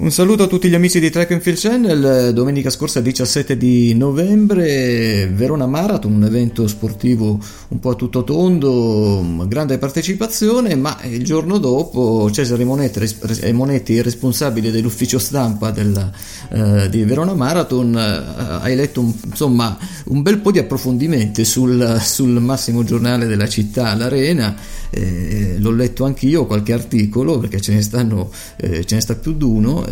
Un saluto a tutti gli amici di Track and Field Channel. Domenica scorsa 17 di novembre Verona Marathon, un evento sportivo un po' a tutto tondo, grande partecipazione, ma il giorno dopo Cesare Monetti, responsabile dell'ufficio stampa di Verona Marathon, hai letto un bel po' di approfondimenti sul massimo giornale della città, l'Arena. L'ho letto anch'io, qualche articolo, perché ce ne sta più di uno.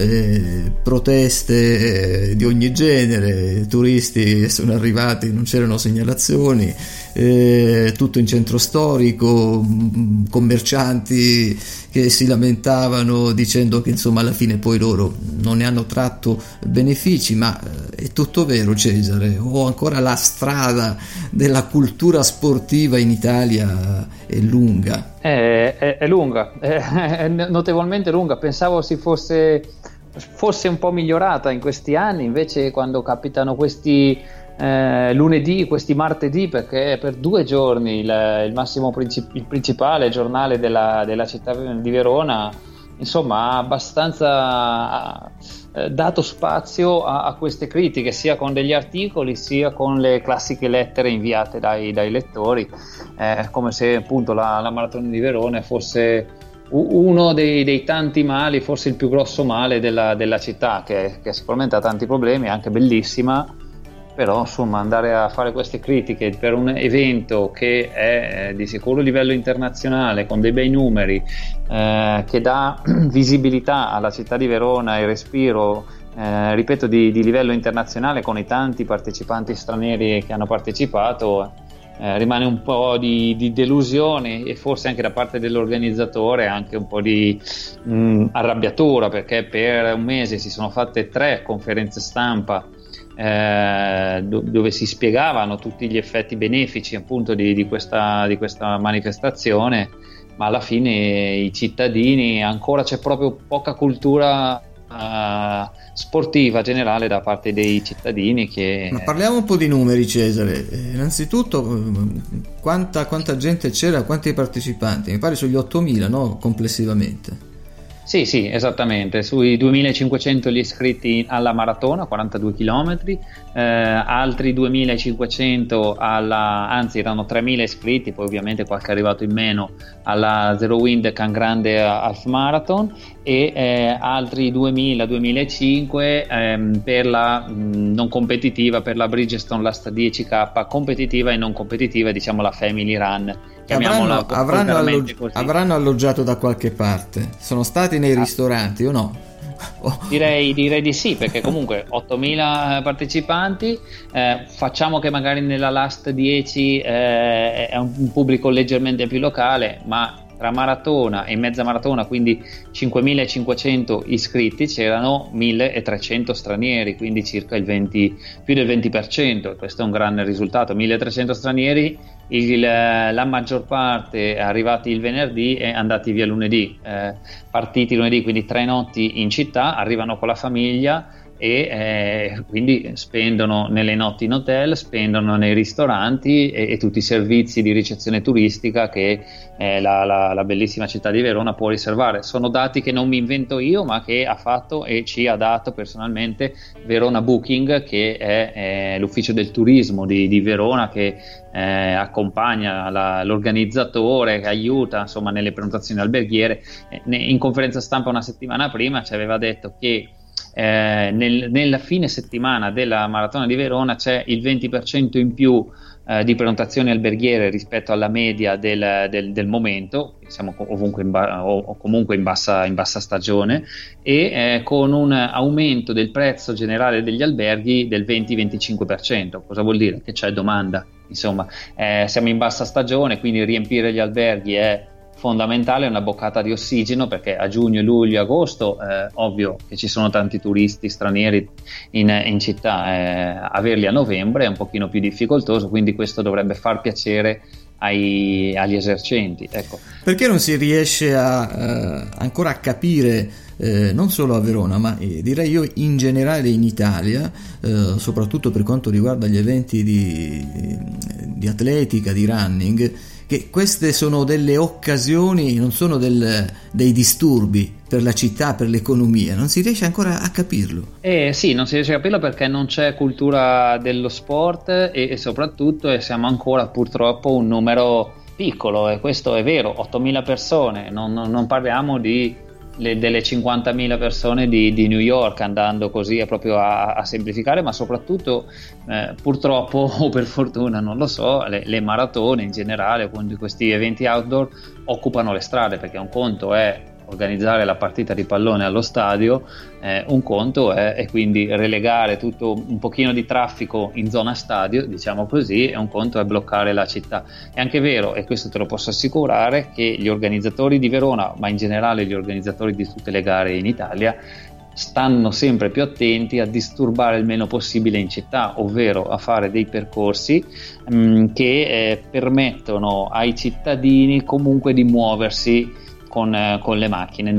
Proteste di ogni genere, turisti sono arrivati, non c'erano segnalazioni, tutto in centro storico, commercianti che si lamentavano dicendo che insomma alla fine poi loro non ne hanno tratto benefici, ma è tutto vero, Cesare? O ancora la strada della cultura sportiva in Italia è lunga? È lunga, è notevolmente lunga. Pensavo si fosse un po' migliorata in questi anni, invece quando capitano questi lunedì, questi martedì, perché per 2 giorni il principale giornale della città di Verona, insomma, ha abbastanza dato spazio a queste critiche, sia con degli articoli sia con le classiche lettere inviate dai lettori, come se appunto la Maratona di Verona fosse uno dei tanti mali, forse il più grosso male della città, che sicuramente ha tanti problemi, è anche bellissima, però insomma andare a fare queste critiche per un evento che è di sicuro livello internazionale, con dei bei numeri, che dà visibilità alla città di Verona e respiro, ripeto, di livello internazionale, con i tanti partecipanti stranieri che hanno partecipato, rimane un po' di delusione, e forse anche da parte dell'organizzatore anche un po' di arrabbiatura, perché per un mese si sono fatte 3 conferenze stampa dove si spiegavano tutti gli effetti benefici appunto di questa manifestazione, ma alla fine i cittadini, ancora c'è proprio poca cultura sportiva generale da parte dei cittadini. Ma parliamo un po' di numeri, Cesare. Innanzitutto, quanta gente c'era, quanti partecipanti? Mi pare sugli 8.000, no? Complessivamente. Sì, esattamente, sui 2.500 gli iscritti alla maratona, 42 km, altri 2.500 anzi erano 3.000 iscritti, poi ovviamente qualche è arrivato in meno, alla Zero Wind Cangrande Half Marathon, e altri 2.000-2.500 per la non competitiva, per la Bridgestone Last 10K competitiva e non competitiva, diciamo la Family Run. Avranno alloggiato da qualche parte? Sono stati nei ristoranti o no? Direi di sì, perché comunque 8.000 partecipanti, facciamo che magari nella Last 10 è un pubblico leggermente più locale, ma tra maratona e mezza maratona, quindi 5.500 iscritti, c'erano 1.300 stranieri, quindi circa più del 20%. Questo è un grande risultato. 1.300 stranieri, la maggior parte arrivati il venerdì e andati via lunedì, partiti lunedì, quindi 3 notti in città, arrivano con la famiglia e quindi spendono nelle notti in hotel, spendono nei ristoranti e tutti i servizi di ricezione turistica che la bellissima città di Verona può riservare. Sono dati che non mi invento io, ma che ha fatto e ci ha dato personalmente Verona Booking, che è l'ufficio del turismo di Verona, che accompagna l'organizzatore, che aiuta insomma nelle prenotazioni alberghiere. In conferenza stampa una settimana prima ci aveva detto che nella fine settimana della Maratona di Verona c'è il 20% in più di prenotazioni alberghiere rispetto alla media del momento. Siamo ovunque o comunque in bassa stagione, e con un aumento del prezzo generale degli alberghi del 20-25%. Cosa vuol dire? Che c'è domanda, insomma, siamo in bassa stagione, quindi riempire gli alberghi è fondamentale, è una boccata di ossigeno, perché a giugno, luglio, agosto ovvio che ci sono tanti turisti stranieri in città, averli a novembre è un pochino più difficoltoso, quindi questo dovrebbe far piacere agli esercenti, ecco. Perché non si riesce ancora a capire, non solo a Verona, ma direi io in generale in Italia, soprattutto per quanto riguarda gli eventi di atletica, di running, che queste sono delle occasioni, non sono dei disturbi per la città, per l'economia. Non si riesce ancora a capirlo. Sì, non si riesce a capirlo perché non c'è cultura dello sport e soprattutto siamo ancora purtroppo un numero piccolo, e questo è vero, 8.000 persone, non parliamo delle 50.000 persone di New York, andando così proprio a semplificare, ma soprattutto purtroppo o per fortuna, non lo so, le maratone in generale, quindi questi eventi outdoor occupano le strade, perché un conto è organizzare la partita di pallone allo stadio, un conto è quindi relegare tutto un pochino di traffico in zona stadio, diciamo così, e un conto è bloccare la città. È anche vero, e questo te lo posso assicurare, che gli organizzatori di Verona, ma in generale gli organizzatori di tutte le gare in Italia, stanno sempre più attenti a disturbare il meno possibile in città, ovvero a fare dei percorsi che permettono ai cittadini comunque di muoversi con le macchine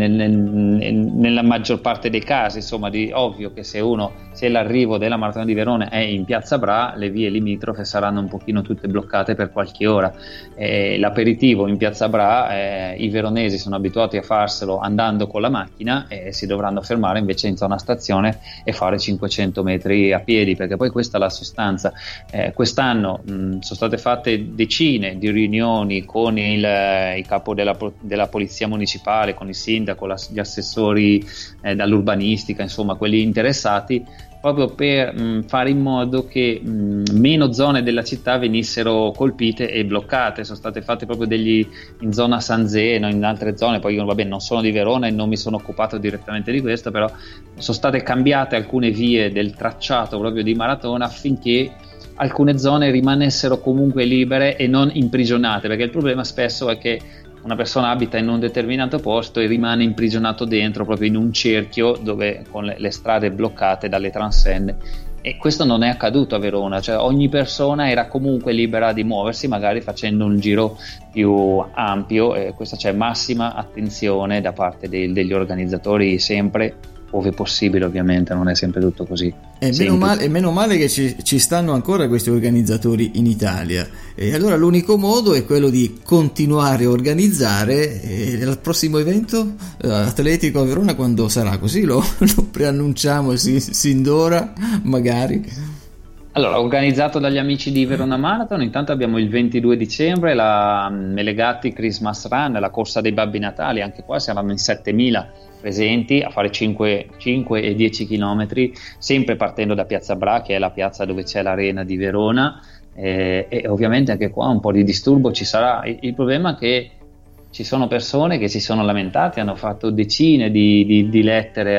nella maggior parte dei casi. Insomma, ovvio che se l'arrivo della Maratona di Verona è in Piazza Bra, le vie limitrofe saranno un pochino tutte bloccate per qualche ora. L'aperitivo in Piazza Bra, i veronesi sono abituati a farselo andando con la macchina, e si dovranno fermare invece in zona stazione e fare 500 metri a piedi, perché poi questa è la sostanza. Quest'anno sono state fatte decine di riunioni con il capo della polizia municipale, con il sindaco, gli assessori dall'urbanistica, insomma quelli interessati, proprio per fare in modo che meno zone della città venissero colpite e bloccate. Sono state fatte proprio in zona San Zeno, in altre zone, poi io non sono di Verona e non mi sono occupato direttamente di questo, però sono state cambiate alcune vie del tracciato proprio di maratona affinché alcune zone rimanessero comunque libere e non imprigionate, perché il problema spesso è che una persona abita in un determinato posto e rimane imprigionato dentro, proprio in un cerchio dove con le strade bloccate dalle transenne, e questo non è accaduto a Verona, cioè ogni persona era comunque libera di muoversi, magari facendo un giro più ampio, e questa c'è massima attenzione da parte degli organizzatori, sempre ove possibile. Ovviamente non è sempre tutto così. E meno male che ci stanno ancora questi organizzatori in Italia, e allora l'unico modo è quello di continuare a organizzare. E il prossimo evento atletico a Verona quando sarà? Così lo preannunciamo sin d'ora, magari. Allora, organizzato dagli amici di Verona Marathon, intanto abbiamo il 22 dicembre la Melegatti Christmas Run, la corsa dei Babbi Natali. Anche qua saranno in 7.000 presenti a fare 5 e 10 chilometri, sempre partendo da Piazza Bra, che è la piazza dove c'è l'arena di Verona, e ovviamente anche qua un po' di disturbo ci sarà. Il problema è che ci sono persone che si sono lamentate, hanno fatto decine di lettere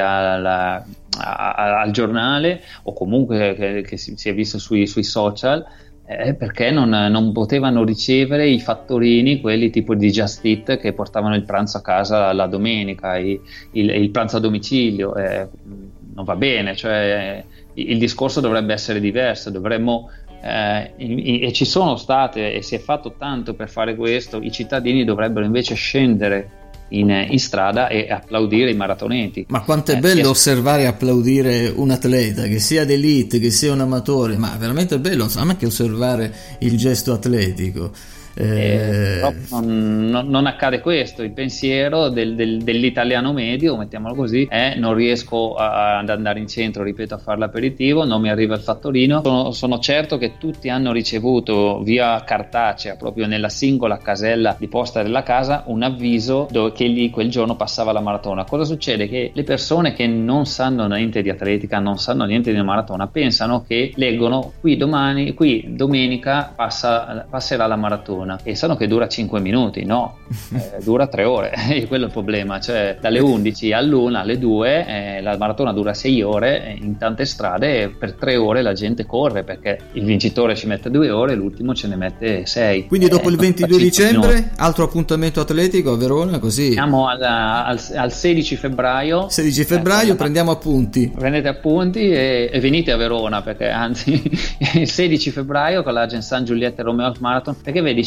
al giornale, o comunque che si è visto sui social, perché non potevano ricevere i fattorini, quelli tipo di Just Eat, che portavano il pranzo a casa la domenica, il pranzo a domicilio. Non va bene, cioè il discorso dovrebbe essere diverso, dovremmo e ci sono state, e si è fatto tanto per fare questo. I cittadini dovrebbero invece scendere in strada e applaudire i maratoneti. Ma quanto è bello osservare e applaudire un atleta, che sia d'elite, che sia un amatore, ma veramente è bello anche osservare il gesto atletico. Non accade questo. Il pensiero dell'italiano medio, mettiamolo così, è: non riesco ad andare in centro, ripeto, a fare l'aperitivo, non mi arriva il fattorino. Sono certo che tutti hanno ricevuto via cartacea, proprio nella singola casella di posta della casa, un avviso che lì quel giorno passava la maratona. Cosa succede? Che le persone che non sanno niente di atletica, non sanno niente di maratona, pensano che leggono qui domenica passerà la maratona, e sanno che dura 5 minuti. No, dura 3 ore. E quello è il problema, cioè dalle 11 all'1 alle 2 la maratona dura 6 ore in tante strade, e per 3 ore la gente corre, perché il vincitore ci mette 2 ore, l'ultimo ce ne mette 6. Quindi dopo il 22 dicembre altro appuntamento atletico a Verona, così siamo al 16 febbraio. Prendiamo appunti, prendete appunti e venite a Verona, perché anzi il 16 febbraio con la Gensan Giulietta Romeo Half Marathon, perché vedi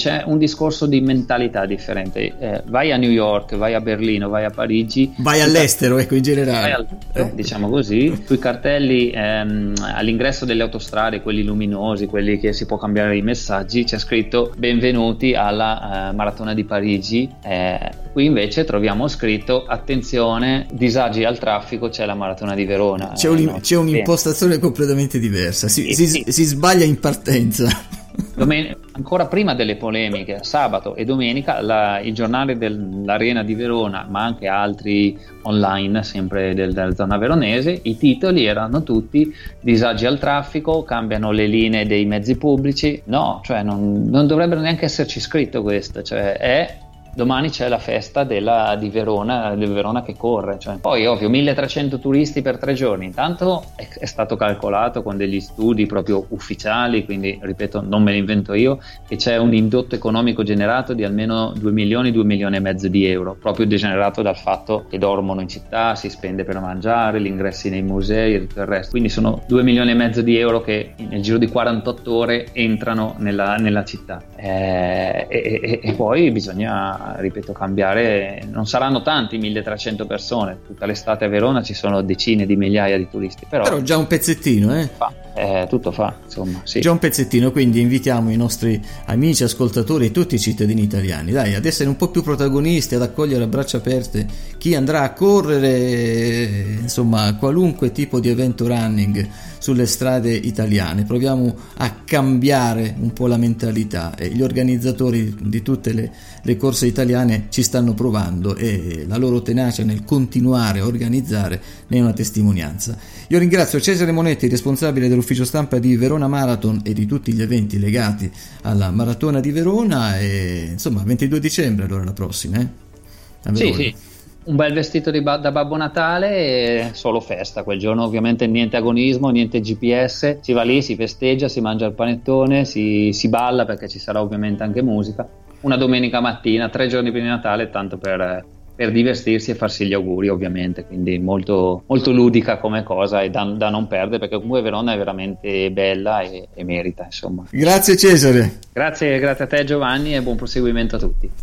c'è un discorso di mentalità differente. Vai a New York, vai a Berlino, vai a Parigi, vai all'estero, ecco, in generale, diciamo così, sui cartelli all'ingresso delle autostrade, quelli luminosi, quelli che si può cambiare i messaggi, c'è scritto benvenuti alla Maratona di Parigi. Qui invece troviamo scritto attenzione, disagi al traffico, c'è la Maratona di Verona. C'è un'impostazione completamente diversa, si sbaglia in partenza. Ancora prima delle polemiche, sabato e domenica il giornale dell'Arena di Verona, ma anche altri online sempre della zona veronese, i titoli erano tutti disagi al traffico, cambiano le linee dei mezzi pubblici. No, cioè non dovrebbe neanche esserci scritto questo, cioè domani c'è la festa di Verona, del Verona che corre, cioè. Poi ovvio 1300 turisti per 3 giorni, intanto è stato calcolato con degli studi proprio ufficiali, quindi ripeto, non me lo invento io, che c'è un indotto economico generato di almeno 2 milioni e mezzo di euro, proprio degenerato dal fatto che dormono in città, si spende per mangiare, gli ingressi nei musei e tutto il resto, quindi sono 2 milioni e mezzo di euro che nel giro di 48 ore entrano nella città, e poi bisogna, ripeto, cambiare. Non saranno tanti 1300 persone, tutta l'estate a Verona ci sono decine di migliaia di turisti, però già un pezzettino, tutto fa, insomma, sì. Già un pezzettino, quindi invitiamo i nostri amici ascoltatori e tutti i cittadini italiani, dai, ad essere un po' più protagonisti, ad accogliere a braccia aperte chi andrà a correre, insomma, qualunque tipo di evento running sulle strade italiane. Proviamo a cambiare un po' la mentalità, e gli organizzatori di tutte le corse italiane ci stanno provando, e la loro tenacia nel continuare a organizzare ne è una testimonianza. Io ringrazio Cesare Monetti, responsabile dell'ufficio stampa di Verona Marathon e di tutti gli eventi legati alla Maratona di Verona, e insomma 22 dicembre allora la prossima, a Verona. Sì. Un bel vestito da Babbo Natale e solo festa quel giorno, ovviamente niente agonismo, niente GPS, si va lì, si festeggia, si mangia il panettone, si balla, perché ci sarà ovviamente anche musica. Una domenica mattina, 3 giorni prima di Natale, tanto per divertirsi e farsi gli auguri, ovviamente, quindi molto, molto ludica come cosa e da non perdere, perché comunque Verona è veramente bella e merita, insomma. Grazie Cesare. Grazie a te Giovanni, e buon proseguimento a tutti.